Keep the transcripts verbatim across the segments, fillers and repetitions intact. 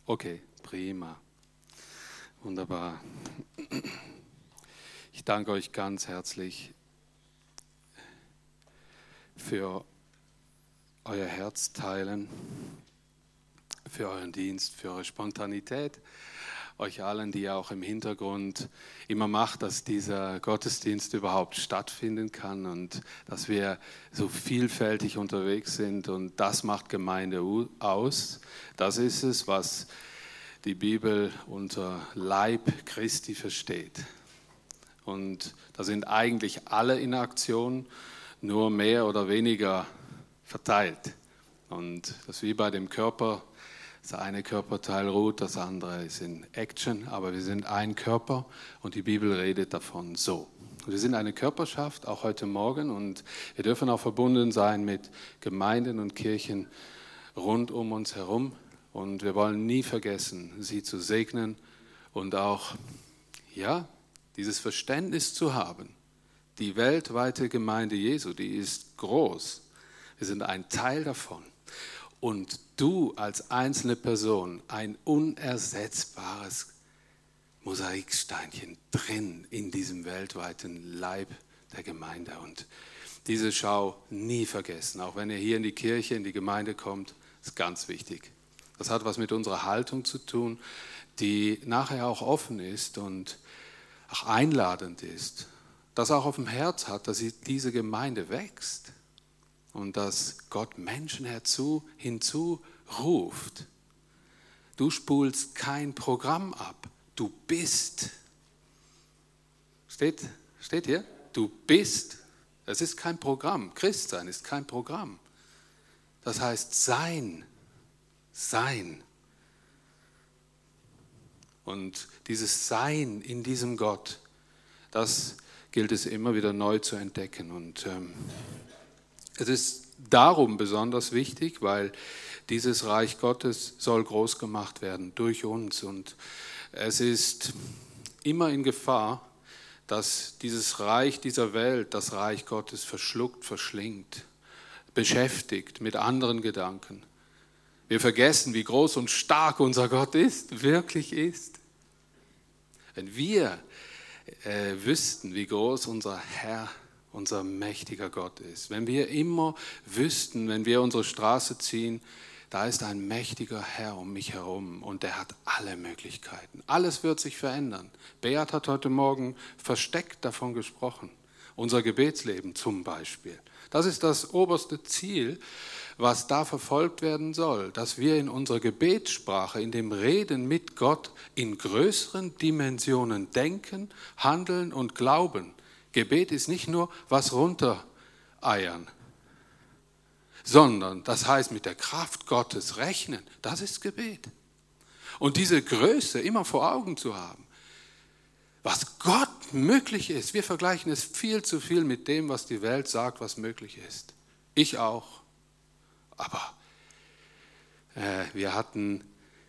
Okay, prima. Wunderbar. Ich danke euch ganz herzlich für euer Herzteilen, für euren Dienst, für eure Spontanität. Euch allen, die auch im Hintergrund immer macht, dass dieser Gottesdienst überhaupt stattfinden kann und dass wir so vielfältig unterwegs sind, und das macht Gemeinde aus. Das ist es, was die Bibel unter Leib Christi versteht. Und da sind eigentlich alle in Aktion, nur mehr oder weniger verteilt. Und das ist wie bei dem Körper. Das eine Körperteil ruht, das andere ist in Action, aber wir sind ein Körper und die Bibel redet davon so. Wir sind eine Körperschaft, auch heute Morgen, und wir dürfen auch verbunden sein mit Gemeinden und Kirchen rund um uns herum. Und wir wollen nie vergessen, sie zu segnen und auch, ja, dieses Verständnis zu haben. Die weltweite Gemeinde Jesu, die ist groß. Wir sind ein Teil davon. Und du als einzelne Person, ein unersetzbares Mosaiksteinchen drin in diesem weltweiten Leib der Gemeinde. Und diese Schau nie vergessen, auch wenn ihr hier in die Kirche, in die Gemeinde kommt, ist ganz wichtig. Das hat was mit unserer Haltung zu tun, die nachher auch offen ist und auch einladend ist. Das auch auf dem Herz hat, dass diese Gemeinde wächst. Und dass Gott Menschen herzu, hinzuruft. Du spulst kein Programm ab. Du bist. Steht, steht hier? Du bist. Es ist kein Programm. Christsein ist kein Programm. Das heißt sein. Sein. Und dieses Sein in diesem Gott, das gilt es immer wieder neu zu entdecken. Und ähm, es ist darum besonders wichtig, weil dieses Reich Gottes soll groß gemacht werden durch uns. Und es ist immer in Gefahr, dass dieses Reich dieser Welt, das Reich Gottes, verschluckt, verschlingt, beschäftigt mit anderen Gedanken. Wir vergessen, wie groß und stark unser Gott ist, wirklich ist. Wenn wir äh, wüssten, wie groß unser Herr ist, unser mächtiger Gott ist. Wenn wir immer wüssten, wenn wir unsere Straße ziehen, da ist ein mächtiger Herr um mich herum und der hat alle Möglichkeiten. Alles wird sich verändern. Beat hat heute Morgen versteckt davon gesprochen. Unser Gebetsleben zum Beispiel. Das ist das oberste Ziel, was da verfolgt werden soll, dass wir in unserer Gebetssprache, in dem Reden mit Gott in größeren Dimensionen denken, handeln und glauben. Gebet ist nicht nur was runtereiern, sondern das heißt mit der Kraft Gottes rechnen. Das ist Gebet. Und diese Größe immer vor Augen zu haben, was Gott möglich ist. Wir vergleichen es viel zu viel mit dem, was die Welt sagt, was möglich ist. Ich auch. Aber äh, wir hatten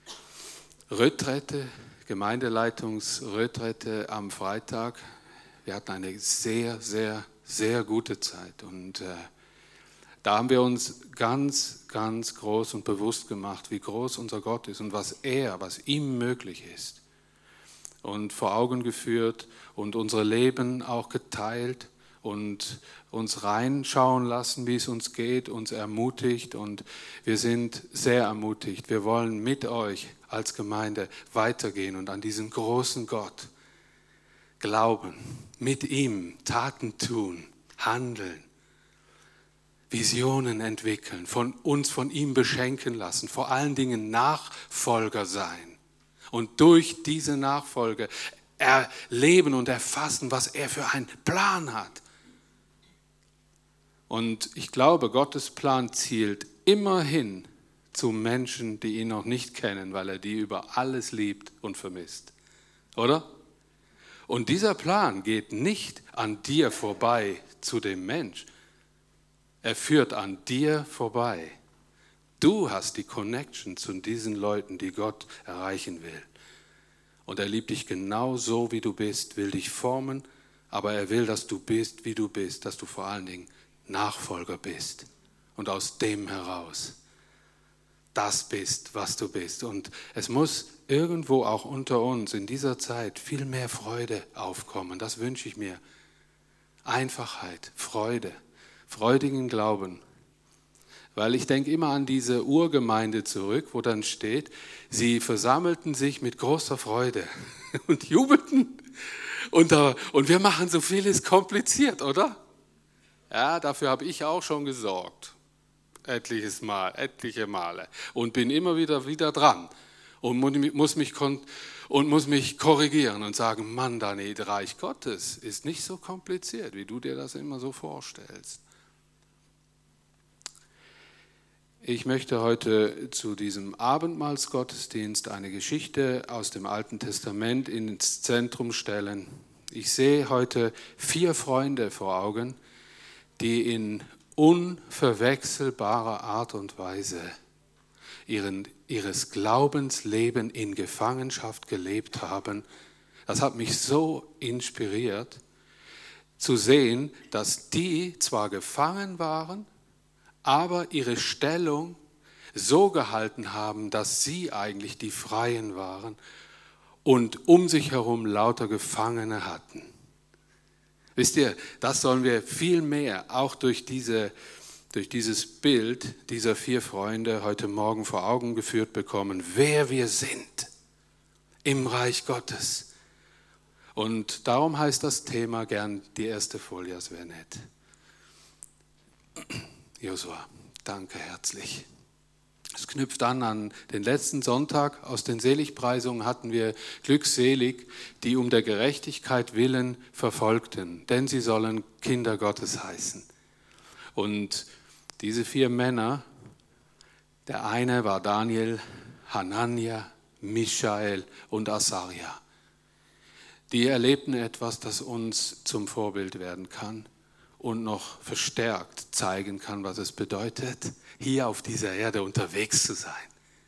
Retrette, Gemeindeleitungsretrette am Freitag. Wir hatten eine sehr, sehr, sehr gute Zeit und äh, da haben wir uns ganz, ganz groß und bewusst gemacht, wie groß unser Gott ist und was er, was ihm möglich ist. Und vor Augen geführt und unsere Leben auch geteilt und uns reinschauen lassen, wie es uns geht, uns ermutigt, und wir sind sehr ermutigt. Wir wollen mit euch als Gemeinde weitergehen und an diesen großen Gott glauben, mit ihm Taten tun, handeln, Visionen entwickeln, von uns von ihm beschenken lassen, vor allen Dingen Nachfolger sein und durch diese Nachfolge erleben und erfassen, was er für einen Plan hat. Und ich glaube, Gottes Plan zielt immer hin zu Menschen, die ihn noch nicht kennen, weil er die über alles liebt und vermisst. Oder? Und dieser Plan geht nicht an dir vorbei zu dem Mensch. Er führt an dir vorbei. Du hast die Connection zu diesen Leuten, die Gott erreichen will. Und er liebt dich genau so, wie du bist, will dich formen, aber er will, dass du bist, wie du bist, dass du vor allen Dingen Nachfolger bist. Und aus dem heraus das bist, was du bist. Und es muss irgendwo auch unter uns in dieser Zeit viel mehr Freude aufkommen. Das wünsche ich mir. Einfachheit, Freude, freudigen Glauben. Weil ich denke immer an diese Urgemeinde zurück, wo dann steht, sie versammelten sich mit großer Freude und jubelten. Und, und wir machen so vieles kompliziert, oder? Ja, dafür habe ich auch schon gesorgt. Etliches Mal, etliche Male. Und bin immer wieder, wieder dran. Und muss mich, und muss mich korrigieren und sagen, Mann, Dani, das Reich Gottes ist nicht so kompliziert, wie du dir das immer so vorstellst. Ich möchte heute zu diesem Abendmahlsgottesdienst eine Geschichte aus dem Alten Testament ins Zentrum stellen. Ich sehe heute vier Freunde vor Augen, die in unverwechselbarer Art und Weise ihren, ihres Glaubensleben in Gefangenschaft gelebt haben. Das hat mich so inspiriert, zu sehen, dass die zwar gefangen waren, aber ihre Stellung so gehalten haben, dass sie eigentlich die Freien waren und um sich herum lauter Gefangene hatten. Wisst ihr, das sollen wir viel mehr auch durch, diese, durch dieses Bild dieser vier Freunde heute Morgen vor Augen geführt bekommen, wer wir sind im Reich Gottes. Und darum heißt das Thema gern die erste Folie, das wäre nett. Josua, danke herzlich. Es knüpft an an den letzten Sonntag. Aus den Seligpreisungen hatten wir glückselig, die um der Gerechtigkeit willen verfolgten, denn sie sollen Kinder Gottes heißen. Und diese vier Männer, der eine war Daniel, Hanania, Michael und Asaria. Die erlebten etwas, das uns zum Vorbild werden kann und noch verstärkt zeigen kann, was es bedeutet, hier auf dieser Erde unterwegs zu sein.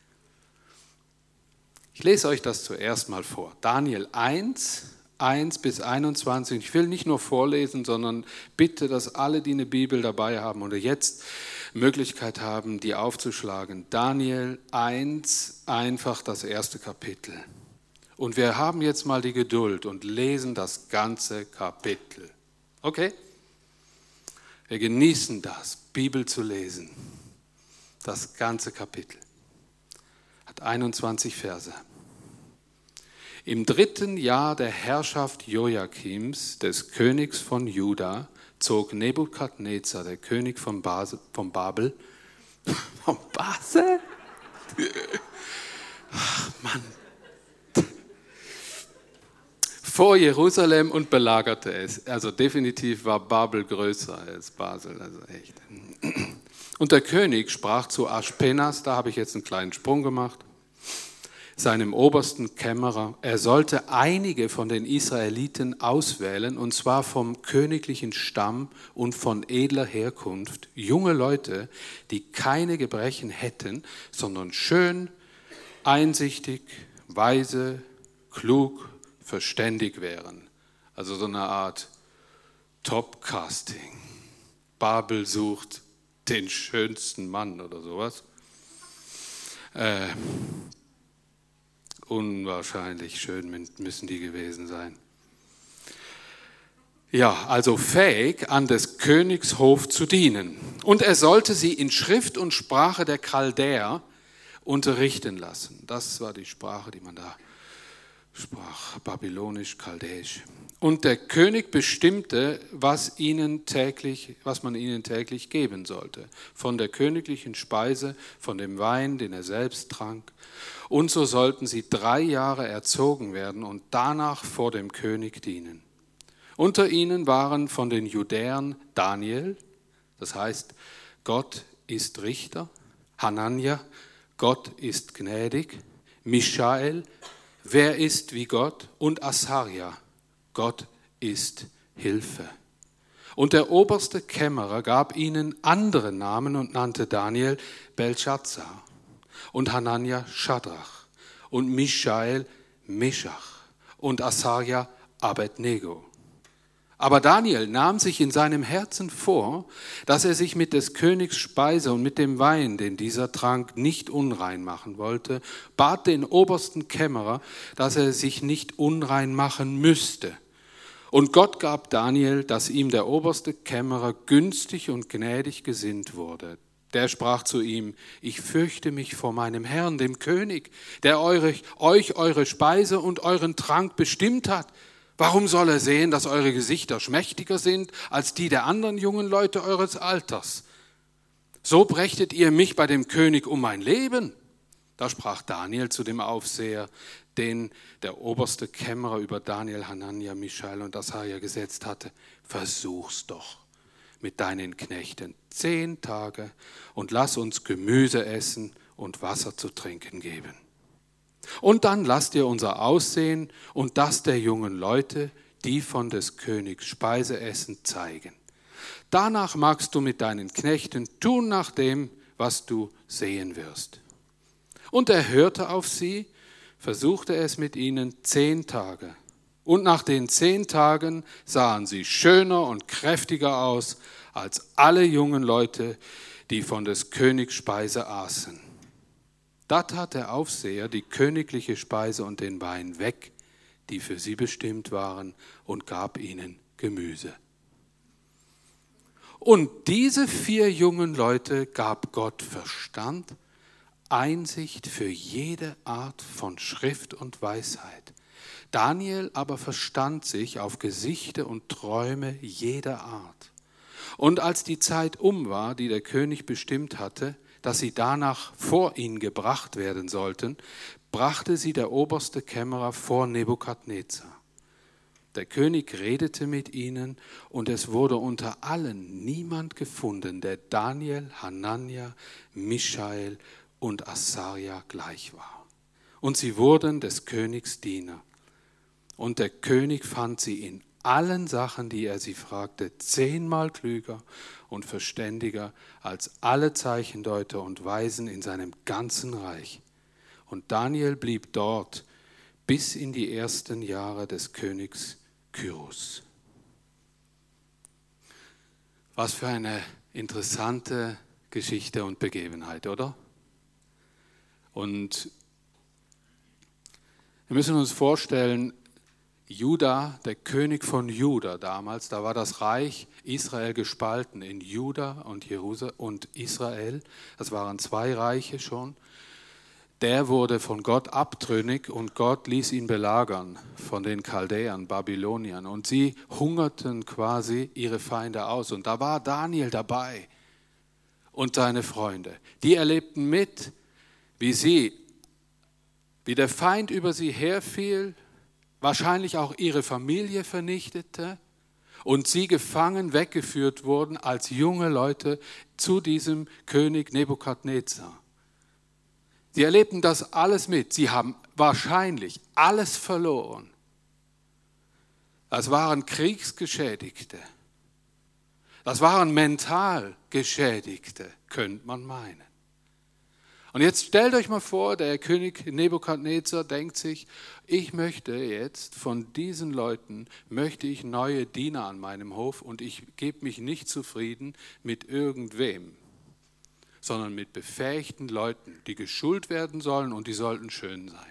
Ich lese euch das zuerst mal vor. Daniel eins, eins bis einundzwanzig. Ich will nicht nur vorlesen, sondern bitte, dass alle, die eine Bibel dabei haben oder jetzt Möglichkeit haben, die aufzuschlagen. Daniel eins, einfach das erste Kapitel. Und wir haben jetzt mal die Geduld und lesen das ganze Kapitel. Okay? Wir genießen das, Bibel zu lesen. Das ganze Kapitel hat einundzwanzig Verse. Im dritten Jahr der Herrschaft Joachims, des Königs von Juda, zog Nebukadnezar, der König von, Basel, von Babel, von Basel? Ach Mann. Vor Jerusalem und belagerte es. Also definitiv war Babel größer als Basel, also echt. Und der König sprach zu Aschpenas, da habe ich jetzt einen kleinen Sprung gemacht, seinem obersten Kämmerer, er sollte einige von den Israeliten auswählen, und zwar vom königlichen Stamm und von edler Herkunft, junge Leute, die keine Gebrechen hätten, sondern schön, einsichtig, weise, klug, verständig wären. Also so eine Art Top-Casting. Babel sucht den schönsten Mann oder sowas. Äh, unwahrscheinlich schön müssen die gewesen sein. Ja, also fähig, an des Königs Hof zu dienen. Und er sollte sie in Schrift und Sprache der Chaldäer unterrichten lassen. Das war die Sprache, die man da sprach, babylonisch, chaldäisch. Und der König bestimmte, was, ihnen täglich, was man ihnen täglich geben sollte. Von der königlichen Speise, von dem Wein, den er selbst trank. Und so sollten sie drei Jahre erzogen werden und danach vor dem König dienen. Unter ihnen waren von den Judäern Daniel, das heißt, Gott ist Richter, Hanania, Gott ist gnädig, Michael, wer ist wie Gott, und Asaria, Gott ist Hilfe. Und der oberste Kämmerer gab ihnen andere Namen und nannte Daniel Belshazzar und Hanania Schadrach und Michael Meschach und Asaria Abednego. Aber Daniel nahm sich in seinem Herzen vor, dass er sich mit des Königs Speise und mit dem Wein, den dieser trank, nicht unrein machen wollte, bat den obersten Kämmerer, dass er sich nicht unrein machen müsste. Und Gott gab Daniel, dass ihm der oberste Kämmerer günstig und gnädig gesinnt wurde. Der sprach zu ihm: Ich fürchte mich vor meinem Herrn, dem König, der euch, euch eure Speise und euren Trank bestimmt hat. Warum soll er sehen, dass eure Gesichter schmächtiger sind als die der anderen jungen Leute eures Alters? So brächtet ihr mich bei dem König um mein Leben. Da sprach Daniel zu dem Aufseher, den der oberste Kämmerer über Daniel, Hanania, Mischael und Asaja gesetzt hatte: Versuch's doch mit deinen Knechten zehn Tage und lass uns Gemüse essen und Wasser zu trinken geben. Und dann lass dir unser Aussehen und das der jungen Leute, die von des Königs Speise essen, zeigen. Danach magst du mit deinen Knechten tun nach dem, was du sehen wirst. Und er hörte auf sie, versuchte es mit ihnen zehn Tage. Und nach den zehn Tagen sahen sie schöner und kräftiger aus als alle jungen Leute, die von des Königs Speise aßen. Da tat der Aufseher die königliche Speise und den Wein weg, die für sie bestimmt waren, und gab ihnen Gemüse. Und diese vier jungen Leute gab Gott Verstand, Einsicht für jede Art von Schrift und Weisheit. Daniel aber verstand sich auf Gesichte und Träume jeder Art. Und als die Zeit um war, die der König bestimmt hatte, dass sie danach vor ihn gebracht werden sollten, brachte sie der oberste Kämmerer vor Nebukadnezar. Der König redete mit ihnen, und es wurde unter allen niemand gefunden, der Daniel, Hanania, Mischael und Asaja gleich war. Und sie wurden des Königs Diener. Und der König fand sie in allen Sachen, die er sie fragte, zehnmal klüger und verständiger als alle Zeichendeuter und Weisen in seinem ganzen Reich. Und Daniel blieb dort bis in die ersten Jahre des Königs Kyrus. Was für eine interessante Geschichte und Begebenheit, oder? Und wir müssen uns vorstellen, Juda, der König von Juda damals, da war das Reich Israel gespalten in Juda und Jerusalem und Israel. Das waren zwei Reiche schon. Der wurde von Gott abtrünnig und Gott ließ ihn belagern von den Chaldäern, Babyloniern. Und sie hungerten quasi ihre Feinde aus. Und da war Daniel dabei und seine Freunde. Die erlebten mit, wie sie, wie der Feind über sie herfiel, wahrscheinlich auch ihre Familie vernichtete und sie gefangen weggeführt wurden als junge Leute zu diesem König Nebukadnezar. Sie erlebten das alles mit. Sie haben wahrscheinlich alles verloren. Das waren Kriegsgeschädigte. Das waren mental Geschädigte, könnte man meinen. Und jetzt stellt euch mal vor, der König Nebukadnezar denkt sich, ich möchte jetzt von diesen Leuten, möchte ich neue Diener an meinem Hof und ich gebe mich nicht zufrieden mit irgendwem, sondern mit befähigten Leuten, die geschult werden sollen und die sollten schön sein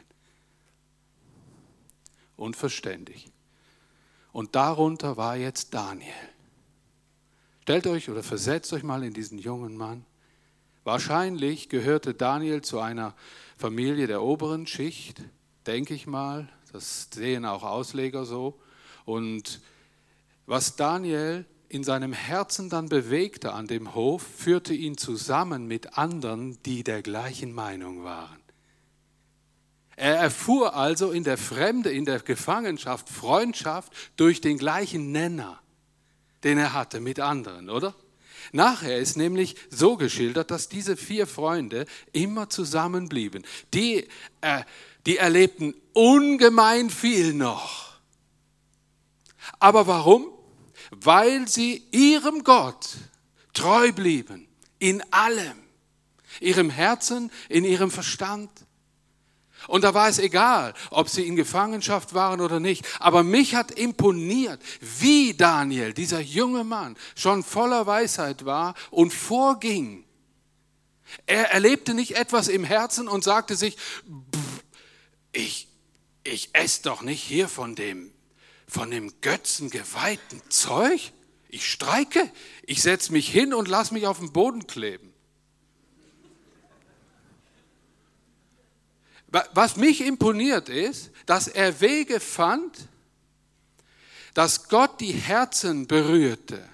und verständig. Und darunter war jetzt Daniel. Stellt euch oder versetzt euch mal in diesen jungen Mann. Wahrscheinlich gehörte Daniel zu einer Familie der oberen Schicht, denke ich mal. Das sehen auch Ausleger so. Und was Daniel in seinem Herzen dann bewegte an dem Hof, führte ihn zusammen mit anderen, die der gleichen Meinung waren. Er erfuhr also in der Fremde, in der Gefangenschaft, Freundschaft durch den gleichen Nenner, den er hatte mit anderen, oder? Nachher ist nämlich so geschildert, dass diese vier Freunde immer zusammenblieben. Die, äh, die erlebten ungemein viel noch. Aber warum? Weil sie ihrem Gott treu blieben, in allem, ihrem Herzen, in ihrem Verstand. Und da war es egal, ob sie in Gefangenschaft waren oder nicht. Aber mich hat imponiert, wie Daniel, dieser junge Mann, schon voller Weisheit war und vorging. Er erlebte nicht etwas im Herzen und sagte sich, ich, ich esse doch nicht hier von dem, von dem götzengeweihten Zeug. Ich streike, ich setze mich hin und lasse mich auf den Boden kleben. Was mich imponiert ist, dass er Wege fand, dass Gott die Herzen berührte.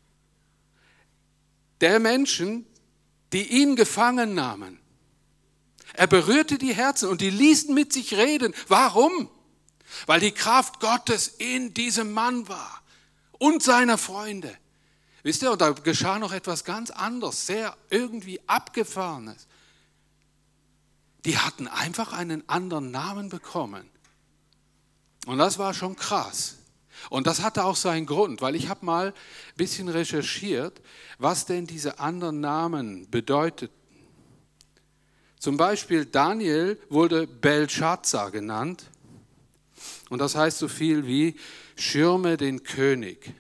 Der Menschen, die ihn gefangen nahmen. Er berührte die Herzen und die ließen mit sich reden. Warum? Weil die Kraft Gottes in diesem Mann war und seiner Freunde. Wisst ihr, und da geschah noch etwas ganz anderes, sehr irgendwie Abgefahrenes. Die hatten einfach einen anderen Namen bekommen. Und das war schon krass. Und das hatte auch seinen Grund, weil ich habe mal ein bisschen recherchiert, was denn diese anderen Namen bedeuteten. Zum Beispiel Daniel wurde Belshazzar genannt. Und das heißt so viel wie schirme den König.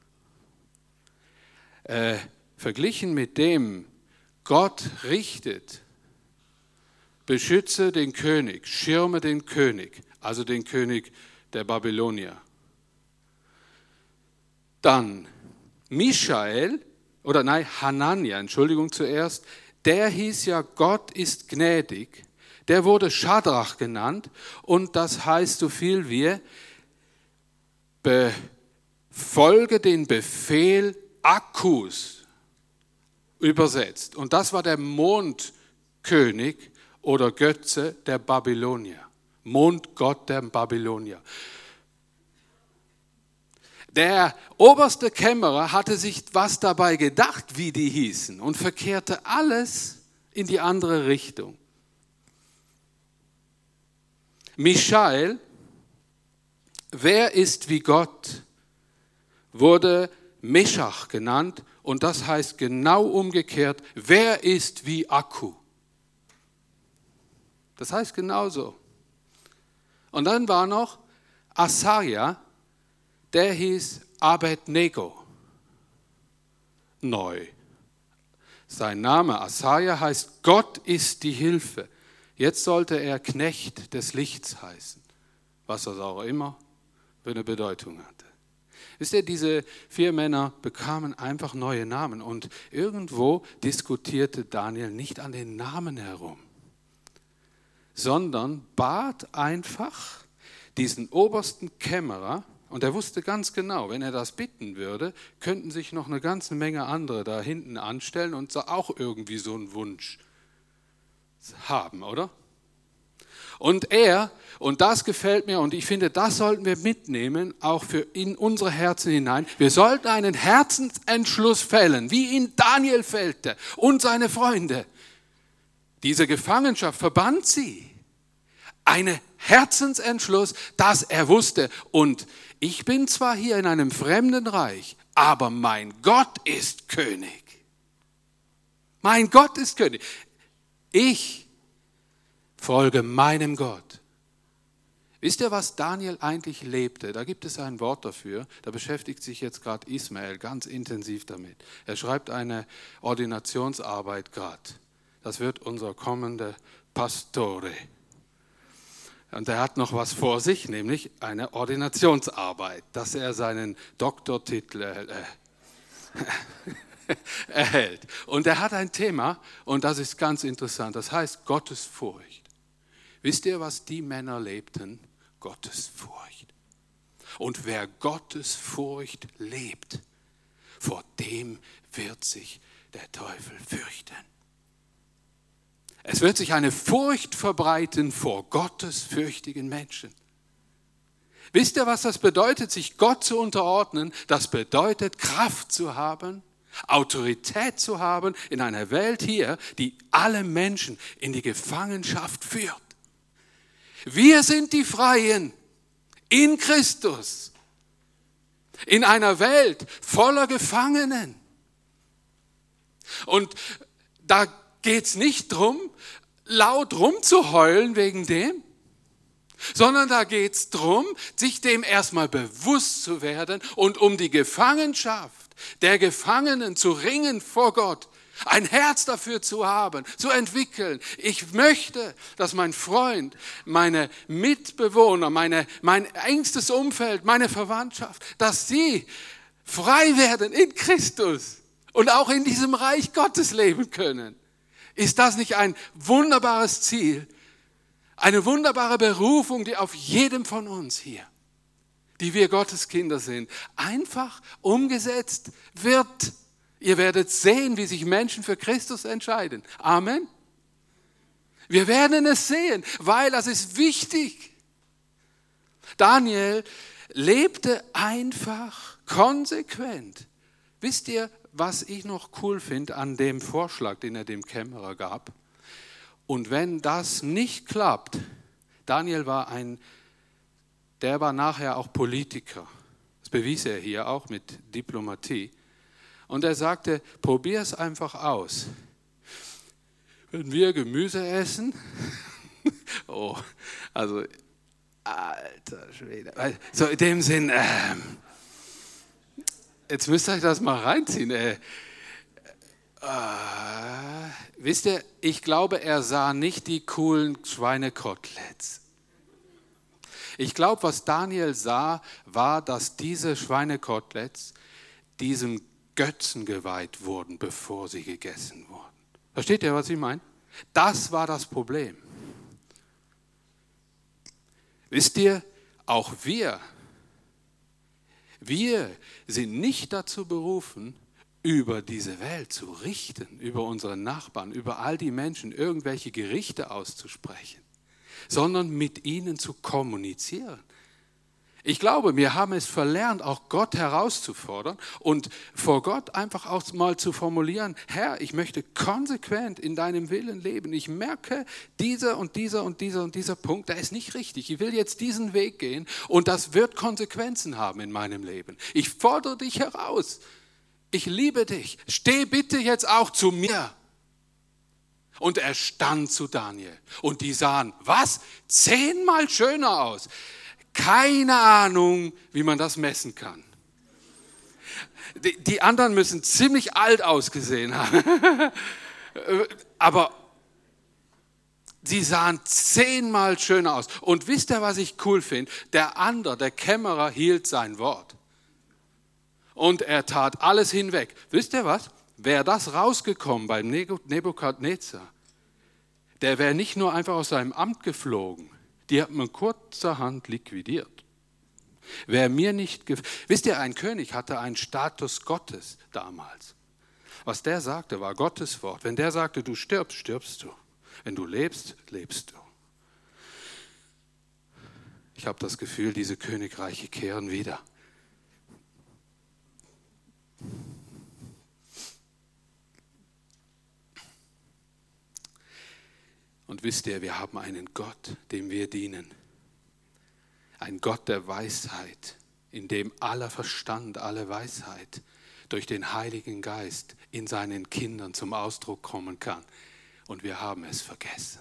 Äh, verglichen mit dem Gott richtet, beschütze den König, schirme den König, also den König der Babylonier. Dann Michael, oder nein, Hanania, Entschuldigung zuerst, der hieß ja, Gott ist gnädig. Der wurde Schadrach genannt und das heißt so viel wie, befolge den Befehl Akkus, übersetzt. Und das war der Mondkönig oder Götze der Babylonier. Mondgott der Babylonier. Der oberste Kämmerer hatte sich was dabei gedacht, wie die hießen, und verkehrte alles in die andere Richtung. Michael, wer ist wie Gott, wurde Meschach genannt und das heißt genau umgekehrt, wer ist wie Akku. Das heißt genauso. Und dann war noch Asaria, der hieß Abednego. Neu. Sein Name Asaria heißt Gott ist die Hilfe. Jetzt sollte er Knecht des Lichts heißen, was das auch immer für eine Bedeutung hatte. Wisst ihr, diese vier Männer bekamen einfach neue Namen und irgendwo diskutierte Daniel nicht an den Namen herum, sondern bat einfach diesen obersten Kämmerer, und er wusste ganz genau, wenn er das bitten würde, könnten sich noch eine ganze Menge andere da hinten anstellen und auch irgendwie so einen Wunsch haben, oder? Und er, und das gefällt mir, und ich finde, das sollten wir mitnehmen, auch für in unsere Herzen hinein. Wir sollten einen Herzensentschluss fällen, wie ihn Daniel fällte und seine Freunde. Diese Gefangenschaft verband sie. Ein Herzensentschluss, dass er wusste, und ich bin zwar hier in einem fremden Reich, aber mein Gott ist König. Mein Gott ist König. Ich folge meinem Gott. Wisst ihr, was Daniel eigentlich lebte? Da gibt es ein Wort dafür. Da beschäftigt sich jetzt gerade Ismael ganz intensiv damit. Er schreibt eine Ordinationsarbeit gerade. Das wird unser kommender Pastore. Und er hat noch was vor sich, nämlich eine Ordinationsarbeit, dass er seinen Doktortitel äh, erhält. Und er hat ein Thema, und das ist ganz interessant, das heißt Gottesfurcht. Wisst ihr, was die Männer lebten? Gottesfurcht. Und wer Gottesfurcht lebt, vor dem wird sich der Teufel fürchten. Es wird sich eine Furcht verbreiten vor gottesfürchtigen Menschen. Wisst ihr, was das bedeutet, sich Gott zu unterordnen? Das bedeutet, Kraft zu haben, Autorität zu haben in einer Welt hier, die alle Menschen in die Gefangenschaft führt. Wir sind die Freien in Christus, in einer Welt voller Gefangenen. Und da geht es nicht darum, laut rumzuheulen wegen dem, sondern da geht es darum, sich dem erstmal bewusst zu werden und um die Gefangenschaft der Gefangenen zu ringen vor Gott, ein Herz dafür zu haben, zu entwickeln. Ich möchte, dass mein Freund, meine Mitbewohner, meine, mein engstes Umfeld, meine Verwandtschaft, dass sie frei werden in Christus und auch in diesem Reich Gottes leben können. Ist das nicht ein wunderbares Ziel? Eine wunderbare Berufung, die auf jedem von uns hier, die wir Gottes Kinder sind, einfach umgesetzt wird. Ihr werdet sehen, wie sich Menschen für Christus entscheiden. Amen. Wir werden es sehen, weil das ist wichtig. Daniel lebte einfach konsequent. Wisst ihr, was ich noch cool finde an dem Vorschlag, den er dem Kämmerer gab? Und wenn das nicht klappt, Daniel war ein, der war nachher auch Politiker. Das bewies er hier auch mit Diplomatie. Und er sagte, probier es einfach aus. Wenn wir Gemüse essen, oh, also, alter Schwede, so in dem Sinn, äh, jetzt müsst ihr euch das mal reinziehen. Äh, äh, wisst ihr, ich glaube, er sah nicht die coolen Schweinekoteletts. Ich glaube, was Daniel sah, war, dass diese Schweinekoteletts diesem Götzen geweiht wurden, bevor sie gegessen wurden. Versteht ihr, was ich meine? Das war das Problem. Wisst ihr, auch wir, wir sind nicht dazu berufen, über diese Welt zu richten, über unsere Nachbarn, über all die Menschen irgendwelche Gerichte auszusprechen, sondern mit ihnen zu kommunizieren. Ich glaube, wir haben es verlernt, auch Gott herauszufordern und vor Gott einfach auch mal zu formulieren, Herr, ich möchte konsequent in deinem Willen leben. Ich merke, dieser und dieser und dieser und dieser Punkt, der ist nicht richtig. Ich will jetzt diesen Weg gehen und das wird Konsequenzen haben in meinem Leben. Ich fordere dich heraus. Ich liebe dich. Steh bitte jetzt auch zu mir. Und er stand zu Daniel und die sahen, was? Zehnmal schöner aus. Keine Ahnung, wie man das messen kann. Die, die anderen müssen ziemlich alt ausgesehen haben. Aber sie sahen zehnmal schöner aus. Und wisst ihr, was ich cool finde? Der andere, der Kämmerer, hielt sein Wort. Und er tat alles hinweg. Wisst ihr was? Wäre das rausgekommen beim Nebukadnezar, der wäre nicht nur einfach aus seinem Amt geflogen. Die hat man kurzerhand liquidiert. Wer mir nicht gef- Wisst ihr, ein König hatte einen Status Gottes damals. Was der sagte, war Gottes Wort. Wenn der sagte, du stirbst, stirbst du. Wenn du lebst, lebst du. Ich habe das Gefühl, diese Königreiche kehren wieder. Und wisst ihr, wir haben einen Gott, dem wir dienen. Ein Gott der Weisheit, in dem aller Verstand, alle Weisheit durch den Heiligen Geist in seinen Kindern zum Ausdruck kommen kann. Und wir haben es vergessen.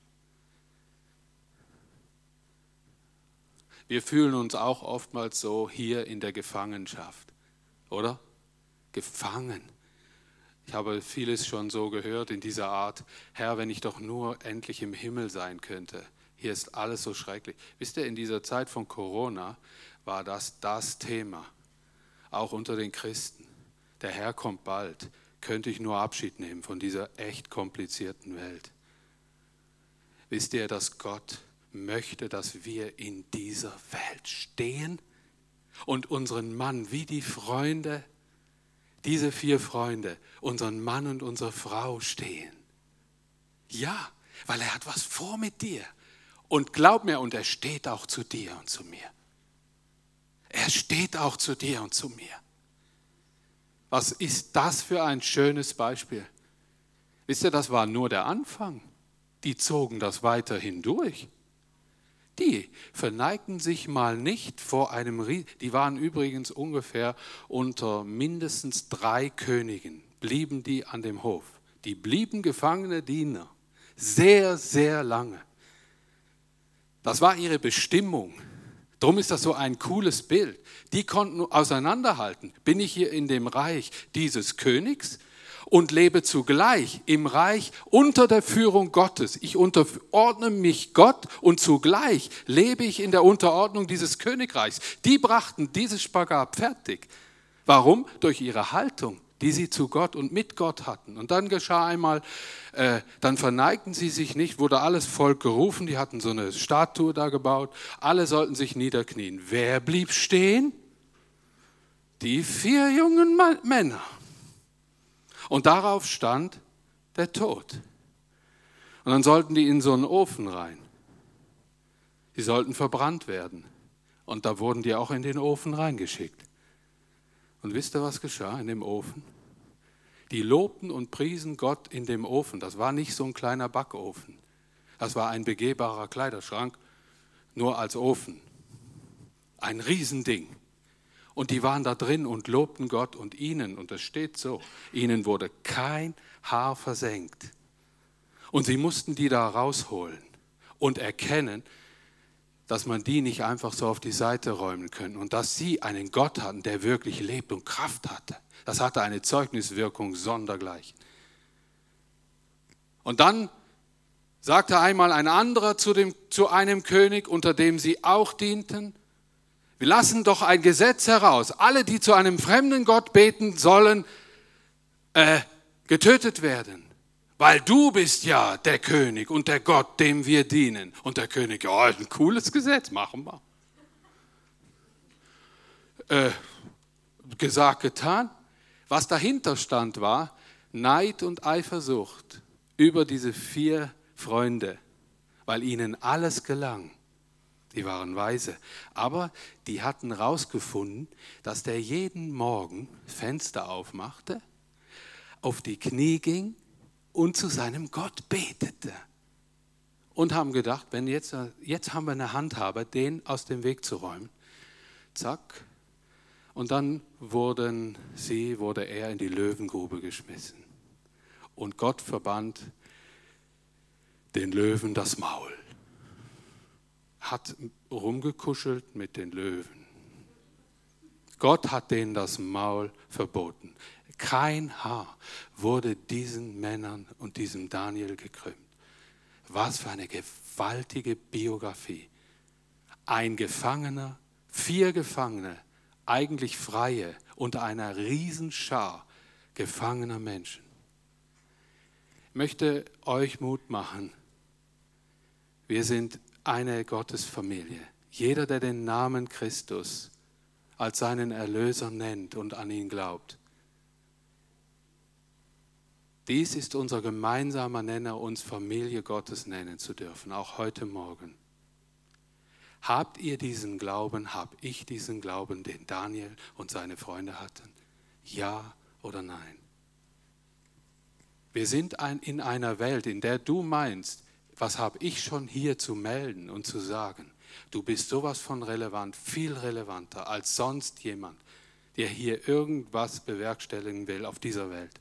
Wir fühlen uns auch oftmals so hier in der Gefangenschaft, oder? Gefangen. Ich habe vieles schon so gehört in dieser Art. Herr, wenn ich doch nur endlich im Himmel sein könnte. Hier ist alles so schrecklich. Wisst ihr, in dieser Zeit von Corona war das das Thema. Auch unter den Christen. Der Herr kommt bald. Könnte ich nur Abschied nehmen von dieser echt komplizierten Welt. Wisst ihr, dass Gott möchte, dass wir in dieser Welt stehen und unseren Mann wie die Freunde, diese vier Freunde, unseren Mann und unsere Frau stehen. Ja, weil er hat was vor mit dir. Und glaub mir, und er steht auch zu dir und zu mir. Er steht auch zu dir und zu mir. Was ist das für ein schönes Beispiel? Wisst ihr, das war nur der Anfang. Die zogen das weiterhin durch. Die verneigten sich mal nicht vor einem Riesen. Die waren übrigens ungefähr unter mindestens drei Königen, blieben die an dem Hof. Die blieben gefangene Diener. Sehr, sehr lange. Das war ihre Bestimmung. Darum ist das so ein cooles Bild. Die konnten auseinanderhalten. Bin ich hier in dem Reich dieses Königs und lebe zugleich im Reich unter der Führung Gottes. Ich unterordne mich Gott und zugleich lebe ich in der Unterordnung dieses Königreichs. Die brachten dieses Spagat fertig. Warum? Durch ihre Haltung, die sie zu Gott und mit Gott hatten. Und dann geschah einmal, äh, dann verneigten sie sich nicht, wurde alles Volk gerufen, die hatten so eine Statue da gebaut, alle sollten sich niederknien. Wer blieb stehen? Die vier jungen Männer. Und darauf stand der Tod. Und dann sollten die in so einen Ofen rein. Die sollten verbrannt werden. Und da wurden die auch in den Ofen reingeschickt. Und wisst ihr, was geschah in dem Ofen? Die lobten und priesen Gott in dem Ofen. Das war nicht so ein kleiner Backofen. Das war ein begehbarer Kleiderschrank, nur als Ofen. Ein Riesending. Und die waren da drin und lobten Gott und ihnen, und das steht so, ihnen wurde kein Haar versenkt. Und sie mussten die da rausholen und erkennen, dass man die nicht einfach so auf die Seite räumen können und dass sie einen Gott hatten, der wirklich lebt und Kraft hatte. Das hatte eine Zeugniswirkung sondergleichen. Und dann sagte einmal ein anderer zu, dem, zu einem König, unter dem sie auch dienten, wir lassen doch ein Gesetz heraus. Alle, die zu einem fremden Gott beten, sollen äh, getötet werden. Weil du bist ja der König und der Gott, dem wir dienen. Und der König, ja, ist ein cooles Gesetz, machen wir. Äh, gesagt, getan. Was dahinter stand, war Neid und Eifersucht über diese vier Freunde, weil ihnen alles gelang. Die waren weise, aber die hatten herausgefunden, dass der jeden Morgen Fenster aufmachte, auf die Knie ging und zu seinem Gott betete. Und haben gedacht, wenn jetzt, jetzt haben wir eine Handhabe, den aus dem Weg zu räumen. Zack. Und dann wurden sie, wurde er in die Löwengrube geschmissen. Und Gott verband den Löwen das Maul. Hat rumgekuschelt mit den Löwen. Gott hat denen das Maul verboten. Kein Haar wurde diesen Männern und diesem Daniel gekrümmt. Was für eine gewaltige Biografie. Ein Gefangener, vier Gefangene, eigentlich Freie unter einer Riesenschar gefangener Menschen. Ich möchte euch Mut machen. Wir sind eine Gottesfamilie. Jeder, der den Namen Christus als seinen Erlöser nennt und an ihn glaubt. Dies ist unser gemeinsamer Nenner, uns Familie Gottes nennen zu dürfen, auch heute Morgen. Habt ihr diesen Glauben, hab ich diesen Glauben, den Daniel und seine Freunde hatten? Ja oder nein? Wir sind ein, in einer Welt, in der du meinst, was habe ich schon hier zu melden und zu sagen? Du bist sowas von relevant, viel relevanter als sonst jemand, der hier irgendwas bewerkstelligen will auf dieser Welt.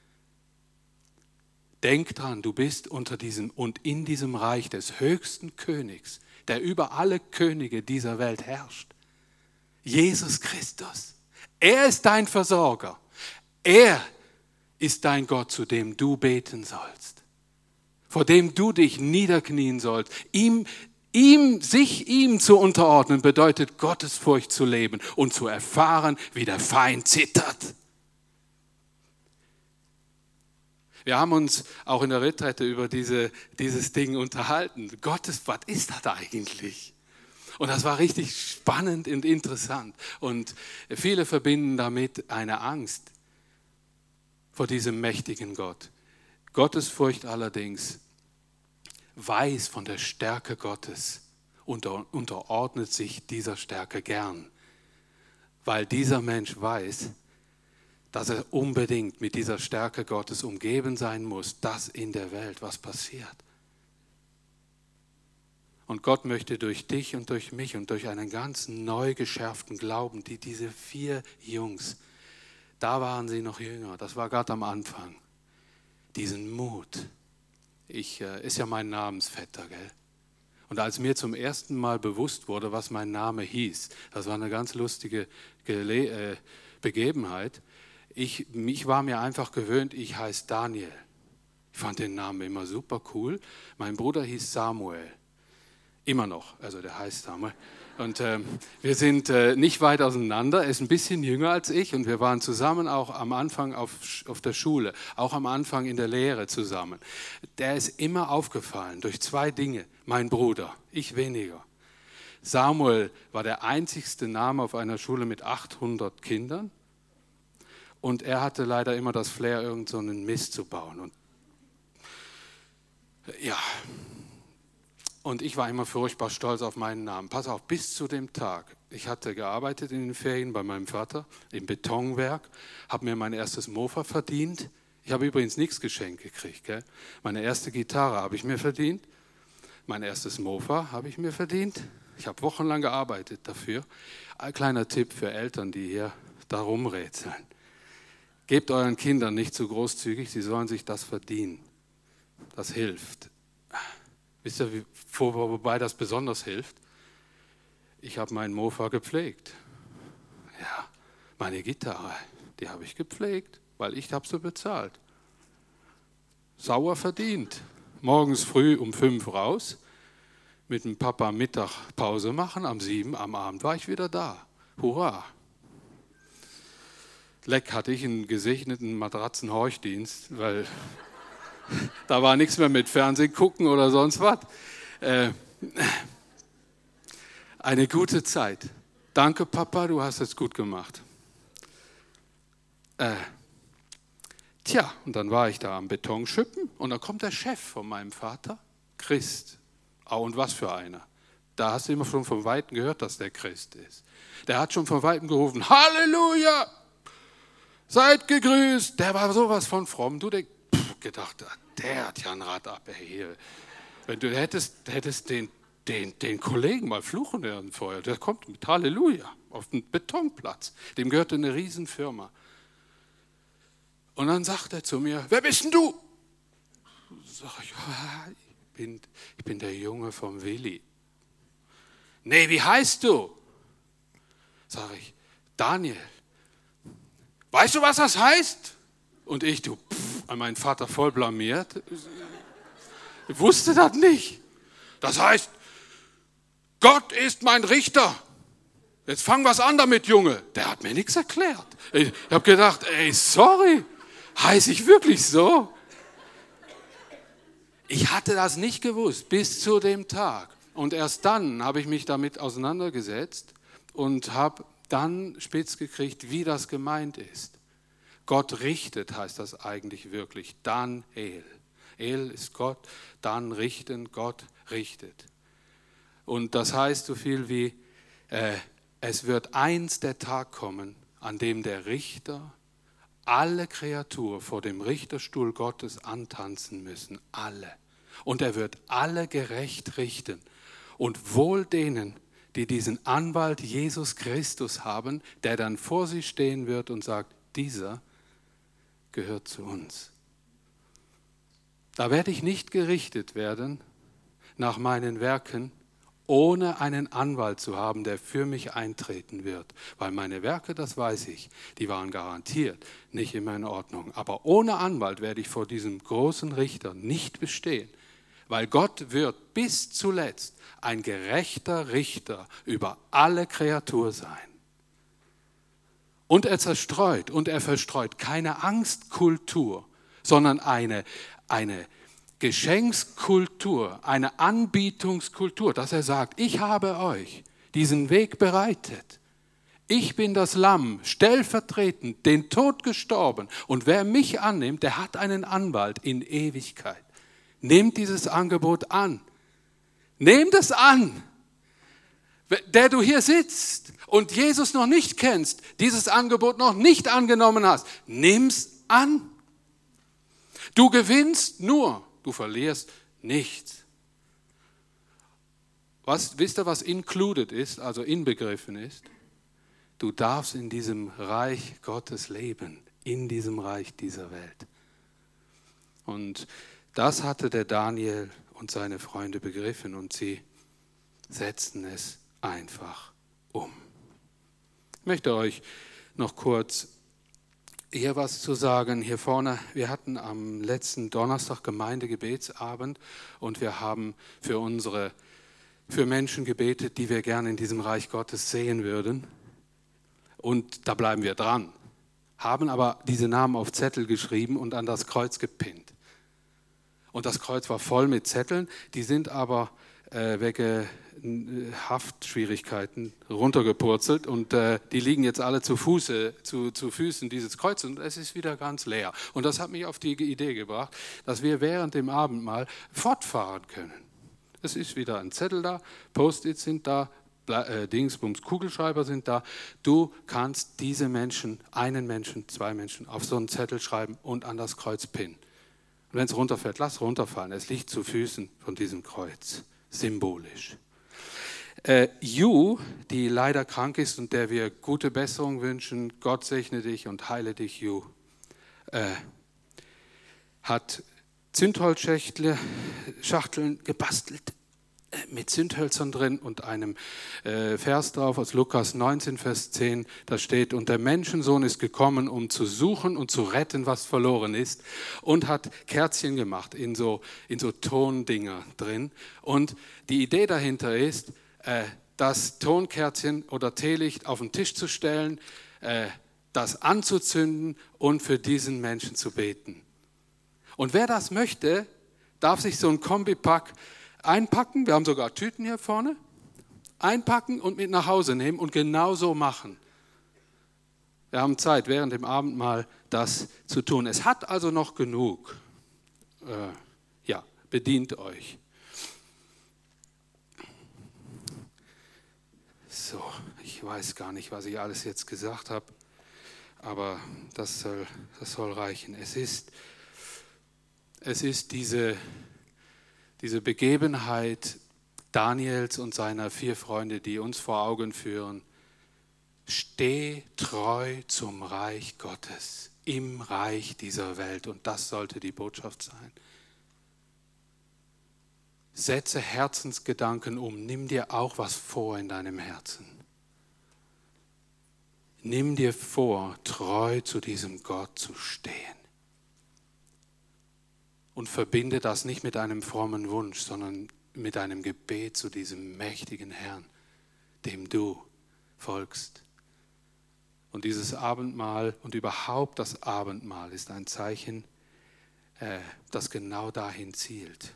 Denk dran, du bist unter diesem und in diesem Reich des höchsten Königs, der über alle Könige dieser Welt herrscht. Jesus Christus. Er ist dein Versorger. Er ist dein Gott, zu dem du beten sollst. Vor dem du dich niederknien sollst. Ihm, ihm, sich ihm zu unterordnen, bedeutet Gottesfurcht zu leben und zu erfahren, wie der Feind zittert. Wir haben uns auch in der Retrette über diese, dieses Ding unterhalten. Gottes, was ist das eigentlich? Und das war richtig spannend und interessant. Und viele verbinden damit eine Angst vor diesem mächtigen Gott. Gottesfurcht allerdings weiß von der Stärke Gottes und unterordnet sich dieser Stärke gern, weil dieser Mensch weiß, dass er unbedingt mit dieser Stärke Gottes umgeben sein muss, dass in der Welt was passiert. Und Gott möchte durch dich und durch mich und durch einen ganz neu geschärften Glauben, die diese vier Jungs, da waren sie noch jünger, das war gerade am Anfang, diesen Mut, ich, äh, ist ja mein Namensvetter, gell? Und als mir zum ersten Mal bewusst wurde, was mein Name hieß, das war eine ganz lustige Gele- äh, Begebenheit. Ich, ich war mir einfach gewöhnt, ich heiße Daniel. Ich fand den Namen immer super cool. Mein Bruder hieß Samuel. Immer noch, also der heißt Samuel. Und ähm, wir sind äh, nicht weit auseinander. Er ist ein bisschen jünger als ich und wir waren zusammen auch am Anfang auf, auf der Schule, auch am Anfang in der Lehre zusammen. Der ist immer aufgefallen durch zwei Dinge. Mein Bruder, ich weniger. Samuel war der einzigste Name auf einer Schule mit achthundert Kindern und er hatte leider immer das Flair, irgend so einen Mist zu bauen. Und ja... Und ich war immer furchtbar stolz auf meinen Namen. Pass auf, bis zu dem Tag. Ich hatte gearbeitet in den Ferien bei meinem Vater im Betonwerk, habe mir mein erstes Mofa verdient. Ich habe übrigens nichts geschenkt gekriegt. Gell? Meine erste Gitarre habe ich mir verdient. Mein erstes Mofa habe ich mir verdient. Ich habe wochenlang gearbeitet dafür. Ein kleiner Tipp für Eltern, die hier da rumrätseln. Gebt euren Kindern nicht zu großzügig, sie sollen sich das verdienen. Das hilft. Wisst ihr, wo, wobei das besonders hilft? Ich habe meinen Mofa gepflegt. Ja, meine Gitarre, die habe ich gepflegt, weil ich habe sie bezahlt. Sauer verdient. Morgens früh um fünf raus, mit dem Papa Mittag Pause machen, am sieben, am Abend war ich wieder da. Hurra! Leck hatte ich einen gesegneten Matratzenhorchdienst, weil... Da war nichts mehr mit Fernsehen gucken oder sonst was. Äh, eine gute Zeit. Danke, Papa, du hast es gut gemacht. Äh, tja, und dann war ich da am Betonschippen und dann kommt der Chef von meinem Vater, Christ. Oh, und was für einer. Da hast du immer schon von Weitem gehört, dass der Christ ist. Der hat schon von Weitem gerufen, Halleluja, seid gegrüßt. Der war sowas von fromm. Du denkst, gedacht, der hat ja ein Rad ab. Hier. Wenn du hättest, hättest den, den, den Kollegen mal fluchen hören vorher, der kommt mit Halleluja auf den Betonplatz. Dem gehörte eine Riesenfirma. Und dann sagt er zu mir, wer bist denn du? Sag ich, ich bin, ich bin der Junge vom Willi. Nee, wie heißt du? Sag ich, Daniel. Weißt du, was das heißt? Und ich, du, pff, an meinen Vater voll blamiert. Ich wusste das nicht. Das heißt, Gott ist mein Richter. Jetzt fang was an damit, Junge. Der hat mir nichts erklärt. Ich habe gedacht, ey, sorry, heiße ich wirklich so? Ich hatte das nicht gewusst bis zu dem Tag. Und erst dann habe ich mich damit auseinandergesetzt und habe dann spitz gekriegt, wie das gemeint ist. Gott richtet, heißt das eigentlich wirklich. Dan El. El ist Gott, dann richten, Gott richtet. Und das heißt so viel wie, äh, es wird eins der Tag kommen, an dem der Richter alle Kreaturen vor dem Richterstuhl Gottes antanzen müssen. Alle. Und er wird alle gerecht richten. Und wohl denen, die diesen Anwalt Jesus Christus haben, der dann vor sie stehen wird und sagt, dieser gehört zu uns. Da werde ich nicht gerichtet werden nach meinen Werken, ohne einen Anwalt zu haben, der für mich eintreten wird. Weil meine Werke, das weiß ich, die waren garantiert nicht immer in Ordnung. Aber ohne Anwalt werde ich vor diesem großen Richter nicht bestehen. Weil Gott wird bis zuletzt ein gerechter Richter über alle Kreatur sein. Und er zerstreut und er verstreut keine Angstkultur, sondern eine, eine Geschenkskultur, eine Anbietungskultur, dass er sagt, ich habe euch diesen Weg bereitet. Ich bin das Lamm, stellvertretend, den Tod gestorben. Und wer mich annimmt, der hat einen Anwalt in Ewigkeit. Nehmt dieses Angebot an. Nehmt es an. Der du hier sitzt und Jesus noch nicht kennst, dieses Angebot noch nicht angenommen hast, nimm's an. Du gewinnst nur, du verlierst nichts. Was, wisst ihr, was included ist, also inbegriffen ist? Du darfst in diesem Reich Gottes leben, in diesem Reich dieser Welt. Und Das hatte der Daniel und seine Freunde begriffen und sie setzten es einfach um. Ich möchte euch noch kurz hier was zu sagen. Hier vorne, wir hatten am letzten Donnerstag Gemeindegebetsabend und wir haben für unsere, für Menschen gebetet, die wir gerne in diesem Reich Gottes sehen würden. Und da bleiben wir dran. Haben aber diese Namen auf Zettel geschrieben und an das Kreuz gepinnt. Und das Kreuz war voll mit Zetteln, die sind aber äh, wegen Haftschwierigkeiten runtergepurzelt und äh, die liegen jetzt alle zu, Fuße, zu, zu Füßen dieses Kreuzes und es ist wieder ganz leer. Und das hat mich auf die Idee gebracht, dass wir während dem Abendmahl fortfahren können. Es ist wieder ein Zettel da, Post-its sind da, Äh, Dingsbums, Kugelschreiber sind da. Du kannst diese Menschen, einen Menschen, zwei Menschen auf so einen Zettel schreiben und an das Kreuz pinnen. Und wenn es runterfällt, lass runterfallen. Es liegt zu Füßen von diesem Kreuz, symbolisch. Äh, Ju, die leider krank ist und der wir gute Besserung wünschen, Gott segne dich und heile dich, Ju, äh, hat Zündholzschachteln Schachteln gebastelt mit Zündhölzern drin und einem äh, Vers drauf aus Lukas neunzehn, Vers zehn, da steht, und der Menschensohn ist gekommen, um zu suchen und zu retten, was verloren ist, und hat Kerzchen gemacht in so, in so Tondinger drin. Und die Idee dahinter ist, äh, das Tonkerzchen oder Teelicht auf den Tisch zu stellen, äh, das anzuzünden und für diesen Menschen zu beten. Und wer das möchte, darf sich so ein Kombipack einpacken, wir haben sogar Tüten hier vorne, einpacken und mit nach Hause nehmen und genau so machen. Wir haben Zeit, während dem Abendmahl das zu tun. Es hat also noch genug. Äh, ja, bedient euch. So, ich weiß gar nicht, was ich alles jetzt gesagt habe, aber das soll, das soll reichen. Es ist, es ist diese... Diese Begebenheit Daniels und seiner vier Freunde, die uns vor Augen führen, steh treu zum Reich Gottes, im Reich dieser Welt. Und das sollte die Botschaft sein. Setze Herzensgedanken um, nimm dir auch was vor in deinem Herzen. Nimm dir vor, treu zu diesem Gott zu stehen. Und verbinde das nicht mit einem frommen Wunsch, sondern mit einem Gebet zu diesem mächtigen Herrn, dem du folgst. Und dieses Abendmahl und überhaupt das Abendmahl ist ein Zeichen, äh, das genau dahin zielt.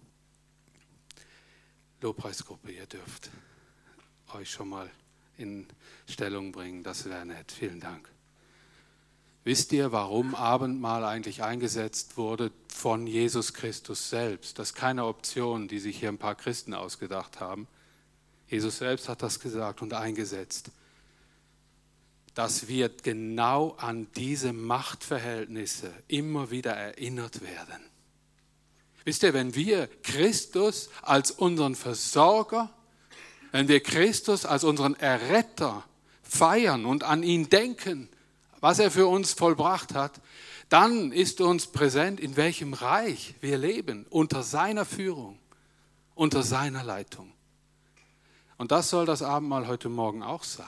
Lobpreisgruppe, ihr dürft euch schon mal in Stellung bringen, das wäre nett. Vielen Dank. Wisst ihr, warum Abendmahl eigentlich eingesetzt wurde von Jesus Christus selbst? Das ist keine Option, die sich hier ein paar Christen ausgedacht haben. Jesus selbst hat das gesagt und eingesetzt, dass wir genau an diese Machtverhältnisse immer wieder erinnert werden. Wisst ihr, wenn wir Christus als unseren Versorger, wenn wir Christus als unseren Erretter feiern und an ihn denken, was er für uns vollbracht hat, dann ist uns präsent, in welchem Reich wir leben, unter seiner Führung, unter seiner Leitung. Und das soll das Abendmahl heute Morgen auch sein.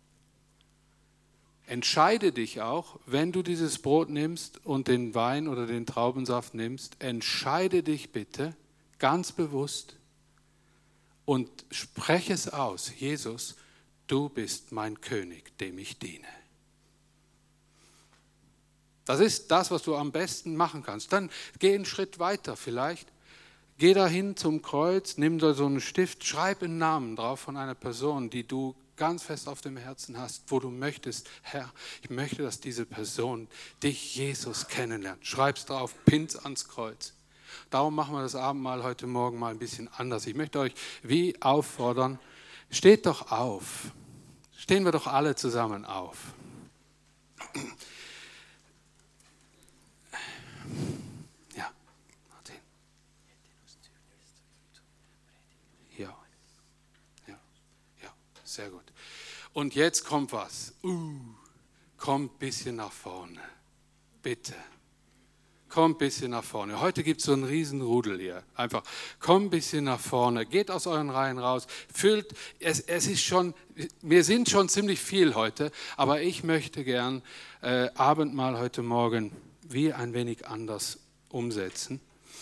Entscheide dich auch, wenn du dieses Brot nimmst und den Wein oder den Traubensaft nimmst, entscheide dich bitte ganz bewusst und spreche es aus. Jesus, du bist mein König, dem ich diene. Das ist das, was du am besten machen kannst. Dann geh einen Schritt weiter vielleicht. Geh dahin zum Kreuz, nimm da so einen Stift, schreib einen Namen drauf von einer Person, die du ganz fest auf dem Herzen hast, wo du möchtest, Herr, ich möchte, dass diese Person dich, Jesus, kennenlernt. Schreib's drauf, pin's ans Kreuz. Darum machen wir das Abendmahl heute Morgen mal ein bisschen anders. Ich möchte euch wie auffordern, steht doch auf. Stehen wir doch alle zusammen auf. Ja, Martin. Ja, ja, ja, sehr gut. Und jetzt kommt was. Uh, kommt ein bisschen nach vorne. Bitte. komm ein bisschen nach vorne. Heute gibt es so einen Riesenrudel hier. Einfach, komm ein bisschen nach vorne, geht aus euren Reihen raus, füllt, es, es ist schon, wir sind schon ziemlich viel heute, aber ich möchte gern äh, Abendmahl heute Morgen wie ein wenig anders umsetzen.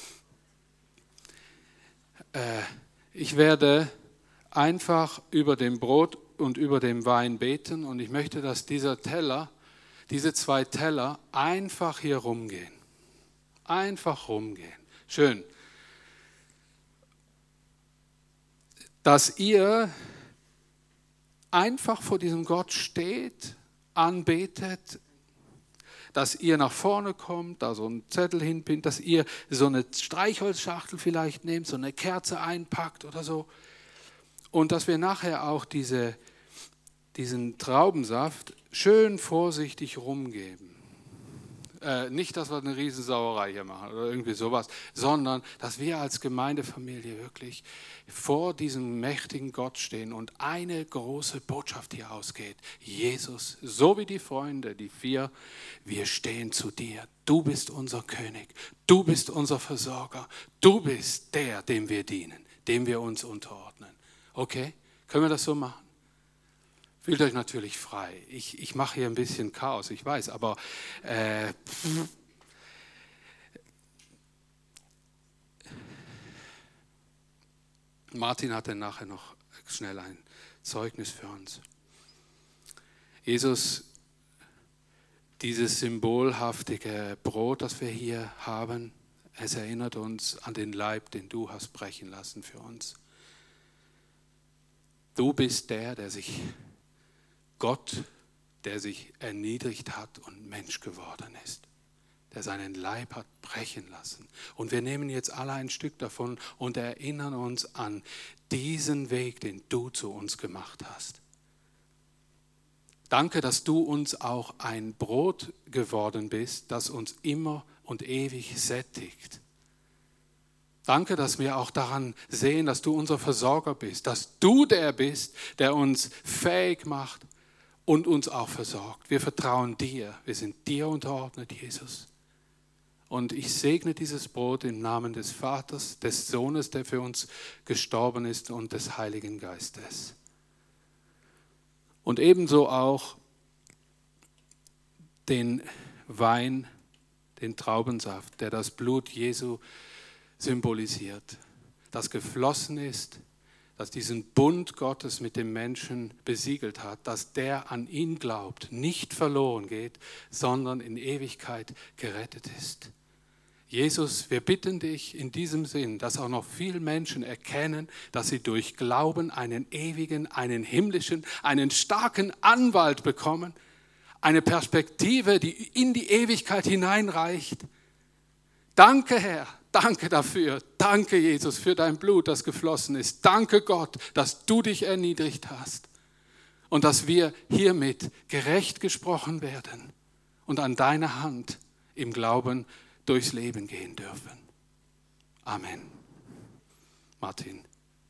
Äh, ich werde einfach über dem Brot und über dem Wein beten und ich möchte, dass dieser Teller, diese zwei Teller einfach hier rumgehen. Einfach rumgehen. Schön. Dass ihr einfach vor diesem Gott steht, anbetet, dass ihr nach vorne kommt, da so einen Zettel hinpinnt, dass ihr so eine Streichholzschachtel vielleicht nehmt, so eine Kerze einpackt oder so. Und dass wir nachher auch diese, diesen Traubensaft schön vorsichtig rumgeben. Äh, nicht, dass wir eine Riesensauerei hier machen oder irgendwie sowas, sondern dass wir als Gemeindefamilie wirklich vor diesem mächtigen Gott stehen und eine große Botschaft hier ausgeht. Jesus, so wie die Freunde, die vier, wir stehen zu dir. Du bist unser König, du bist unser Versorger, du bist der, dem wir dienen, dem wir uns unterordnen. Okay, können wir das so machen? Fühlt euch natürlich frei. Ich, ich mache hier ein bisschen Chaos, ich weiß, aber äh, Martin hatte nachher noch schnell ein Zeugnis für uns. Jesus, dieses symbolhaftige Brot, das wir hier haben, es erinnert uns an den Leib, den du hast brechen lassen für uns. Du bist der, der sich Gott, der sich erniedrigt hat und Mensch geworden ist, der seinen Leib hat brechen lassen. Und wir nehmen jetzt alle ein Stück davon und erinnern uns an diesen Weg, den du zu uns gemacht hast. Danke, dass du uns auch ein Brot geworden bist, das uns immer und ewig sättigt. Danke, dass wir auch daran sehen, dass du unser Versorger bist, dass du der bist, der uns fähig macht, und uns auch versorgt. Wir vertrauen dir. Wir sind dir unterordnet, Jesus. Und ich segne dieses Brot im Namen des Vaters, des Sohnes, der für uns gestorben ist, und des Heiligen Geistes. Und ebenso auch den Wein, den Traubensaft, der das Blut Jesu symbolisiert, das geflossen ist, das diesen Bund Gottes mit dem Menschen besiegelt hat, dass der an ihn glaubt, nicht verloren geht, sondern in Ewigkeit gerettet ist. Jesus, wir bitten dich in diesem Sinn, dass auch noch viele Menschen erkennen, dass sie durch Glauben einen ewigen, einen himmlischen, einen starken Anwalt bekommen, eine Perspektive, die in die Ewigkeit hineinreicht. Danke, Herr. Danke dafür. Danke, Jesus, für dein Blut, das geflossen ist. Danke, Gott, dass du dich erniedrigt hast und dass wir hiermit gerecht gesprochen werden und an deiner Hand im Glauben durchs Leben gehen dürfen. Amen. Martin.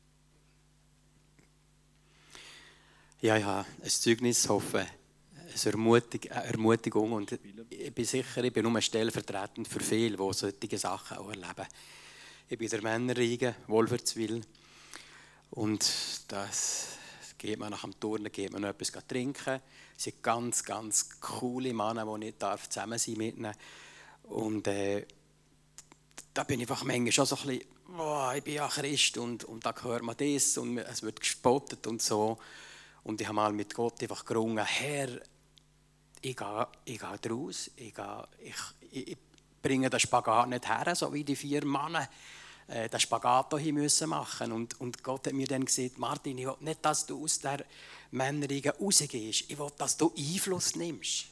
Ja, ich habe ein Zeugnis, hoffe, eine Ermutig- eine Ermutigung. Und ich bin sicher, ich bin nur stellvertretend für viele, die solche Sachen auch erleben. Ich bin der Männerriege, Wolfertswil. Und das geht man nach dem Turnen, geht man noch etwas trinken. Es sind ganz, ganz coole Männer, die ich zusammen sein mitnehmen. Und äh, da bin ich einfach manchmal schon so ein bisschen, oh, ich bin ja Christ und, und da hört man das und es wird gespottet und so. Und ich habe mal mit Gott einfach gerungen, Herr, ich gehe, ich gehe raus, ich, gehe, ich, ich bringe den Spagat nicht her, so wie die vier Männer äh, den Spagat hier müssen machen. Und, und Gott hat mir dann gesagt, Martin, ich will nicht, dass du aus der Männerriege rausgehst, ich will, dass du Einfluss nimmst.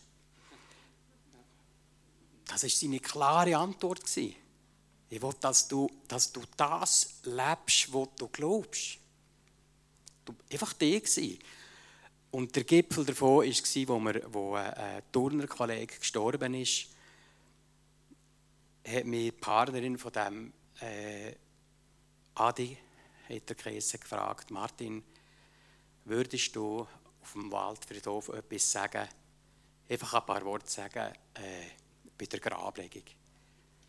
Das war seine klare Antwort. Ich will, dass du, dass du das lebst, was du glaubst. Du, einfach der war. Und der Gipfel davon war, wo, wir, wo ein Turnerkollege gestorben ist, hat mich die Partnerin von dem äh, Adi hat der Käse gefragt, Martin, würdest du auf dem Waldfriedhof etwas sagen, einfach ein paar Worte sagen, äh, bei der Grablegung?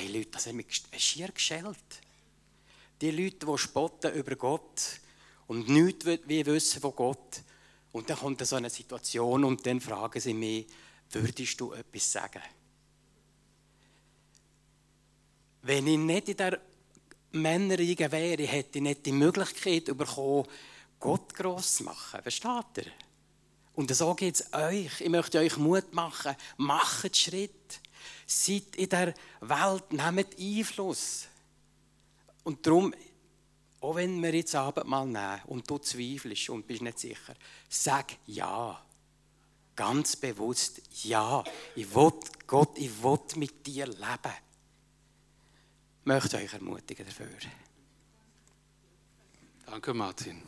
Hey Leute, das haben mich schier geschält. Die Leute, die spotten über Gott und nichts wie wissen von Gott. Und dann kommt so eine Situation und dann fragen sie mich, würdest du etwas sagen? Wenn ich nicht in der Männerriege wäre, hätte ich nicht die Möglichkeit bekommen, Gott gross zu machen. Versteht ihr? Und so geht es euch. Ich möchte euch Mut machen. Macht Schritt. Seid in der Welt, nehmt Einfluss. Und darum, auch wenn wir jetzt Abendmahl nehmen und du zweifelst und bist nicht sicher, sag ja. Ganz bewusst ja. Ich will, Gott, ich will mit dir leben. Ich möchte euch ermutigen dafür. Danke, Martin.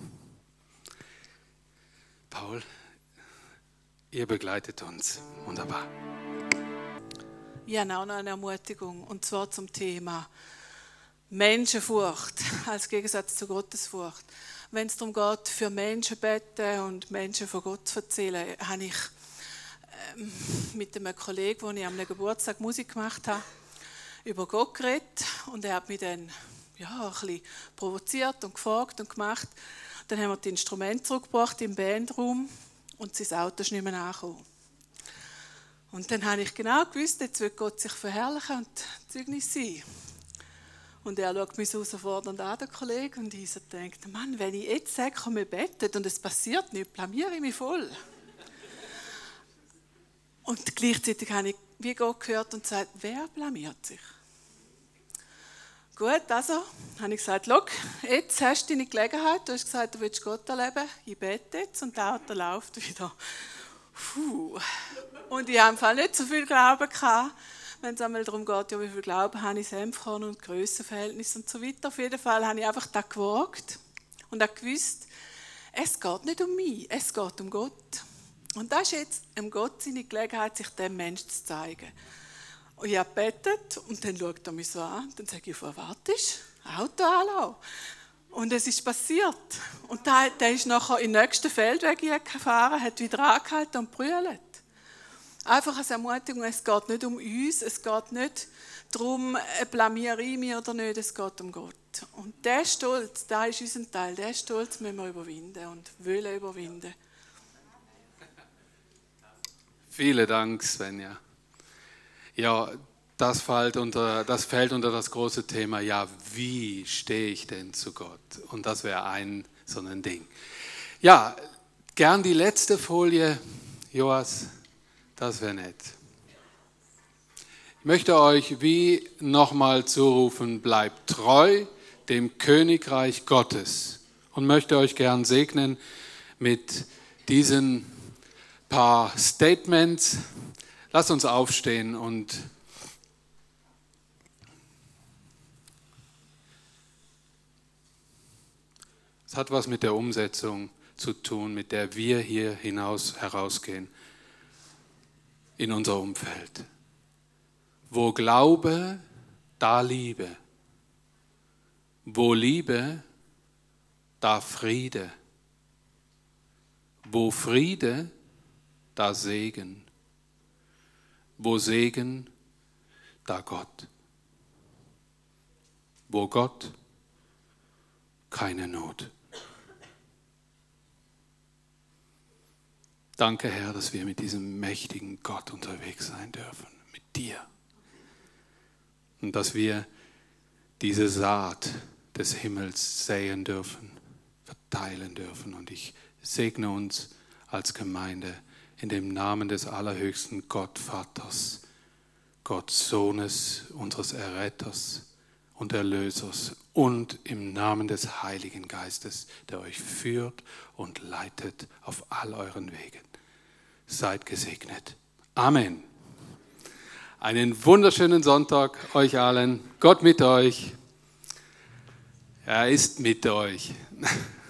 Paul, ihr begleitet uns. Wunderbar. Ich habe auch noch eine Ermutigung, und zwar zum Thema Menschenfurcht als Gegensatz zu Gottesfurcht. Wenn es darum geht, für Menschen beten und Menschen von Gott zu erzählen, habe ich ähm, mit einem Kollegen, wo ich am Geburtstag Musik gemacht habe, über Gott geredet. Und er hat mich dann ja, ein bisschen provoziert und gefragt und gemacht. Dann haben wir das Instrument zurückgebracht im Bandraum und sein Auto ist nicht mehr angekommen. Und dann habe ich genau gewusst, jetzt wird Gott sich verherrlichen und Zeugnis sein. Und er schaut mich so herausfordernd an, der Kollege, und ich so denke, Mann, wenn ich jetzt sage, komm, wir beten und es passiert nichts, blamiere ich mich voll. Und gleichzeitig habe ich wie Gott gehört und gesagt, wer blamiert sich? Gut, also habe ich gesagt, schau, jetzt hast du deine Gelegenheit, du hast gesagt, du willst Gott erleben, ich bete jetzt und der Auto läuft wieder. Puh. Und ich habe einfach nicht so viel Glauben gehabt, wenn es einmal darum geht, ja, wie viel Glauben habe ich, Senfkorn und Grössenverhältnis und so weiter. Auf jeden Fall habe ich einfach das gewagt und auch gewusst, es geht nicht um mich, es geht um Gott. Und das ist jetzt um Gott seine Gelegenheit, sich dem Menschen zu zeigen. Und ich habe gebetet und dann schaut er mich so an und dann sage ich, wo wartest du? Auto anlassen. Und es ist passiert. Und der, der ist nachher in den nächsten Feldweg gefahren, hat wieder angehalten und brüllt. Einfach als Ermutigung, es geht nicht um uns, es geht nicht darum, blamiere ich mich oder nicht, es geht um Gott. Und der Stolz, der ist unser Teil, der Stolz müssen wir überwinden und wollen überwinden. Vielen Dank, Svenja. Ja, das fällt unter das, fällt unter das große Thema, ja, wie stehe ich denn zu Gott? Und das wäre ein so ein Ding. Ja, gern die letzte Folie, Joas, das wäre nett. Ich möchte euch wie nochmal zurufen, bleibt treu dem Königreich Gottes und möchte euch gern segnen mit diesen paar Statements. Lasst uns aufstehen und es hat was mit der Umsetzung zu tun, mit der wir hier hinaus herausgehen in unser Umfeld. Wo Glaube, da Liebe. Wo Liebe, da Friede. Wo Friede, da Segen. Wo Segen, da Gott. Wo Gott, keine Not. Danke, Herr, dass wir mit diesem mächtigen Gott unterwegs sein dürfen, mit dir. Und dass wir diese Saat des Himmels säen dürfen, verteilen dürfen. Und ich segne uns als Gemeinde in dem Namen des allerhöchsten Gott Vaters, Gott Sohnes, unseres Erretters und Erlösers und im Namen des Heiligen Geistes, der euch führt und leitet auf all euren Wegen. Seid gesegnet. Amen. Einen wunderschönen Sonntag euch allen. Gott mit euch. Er ist mit euch.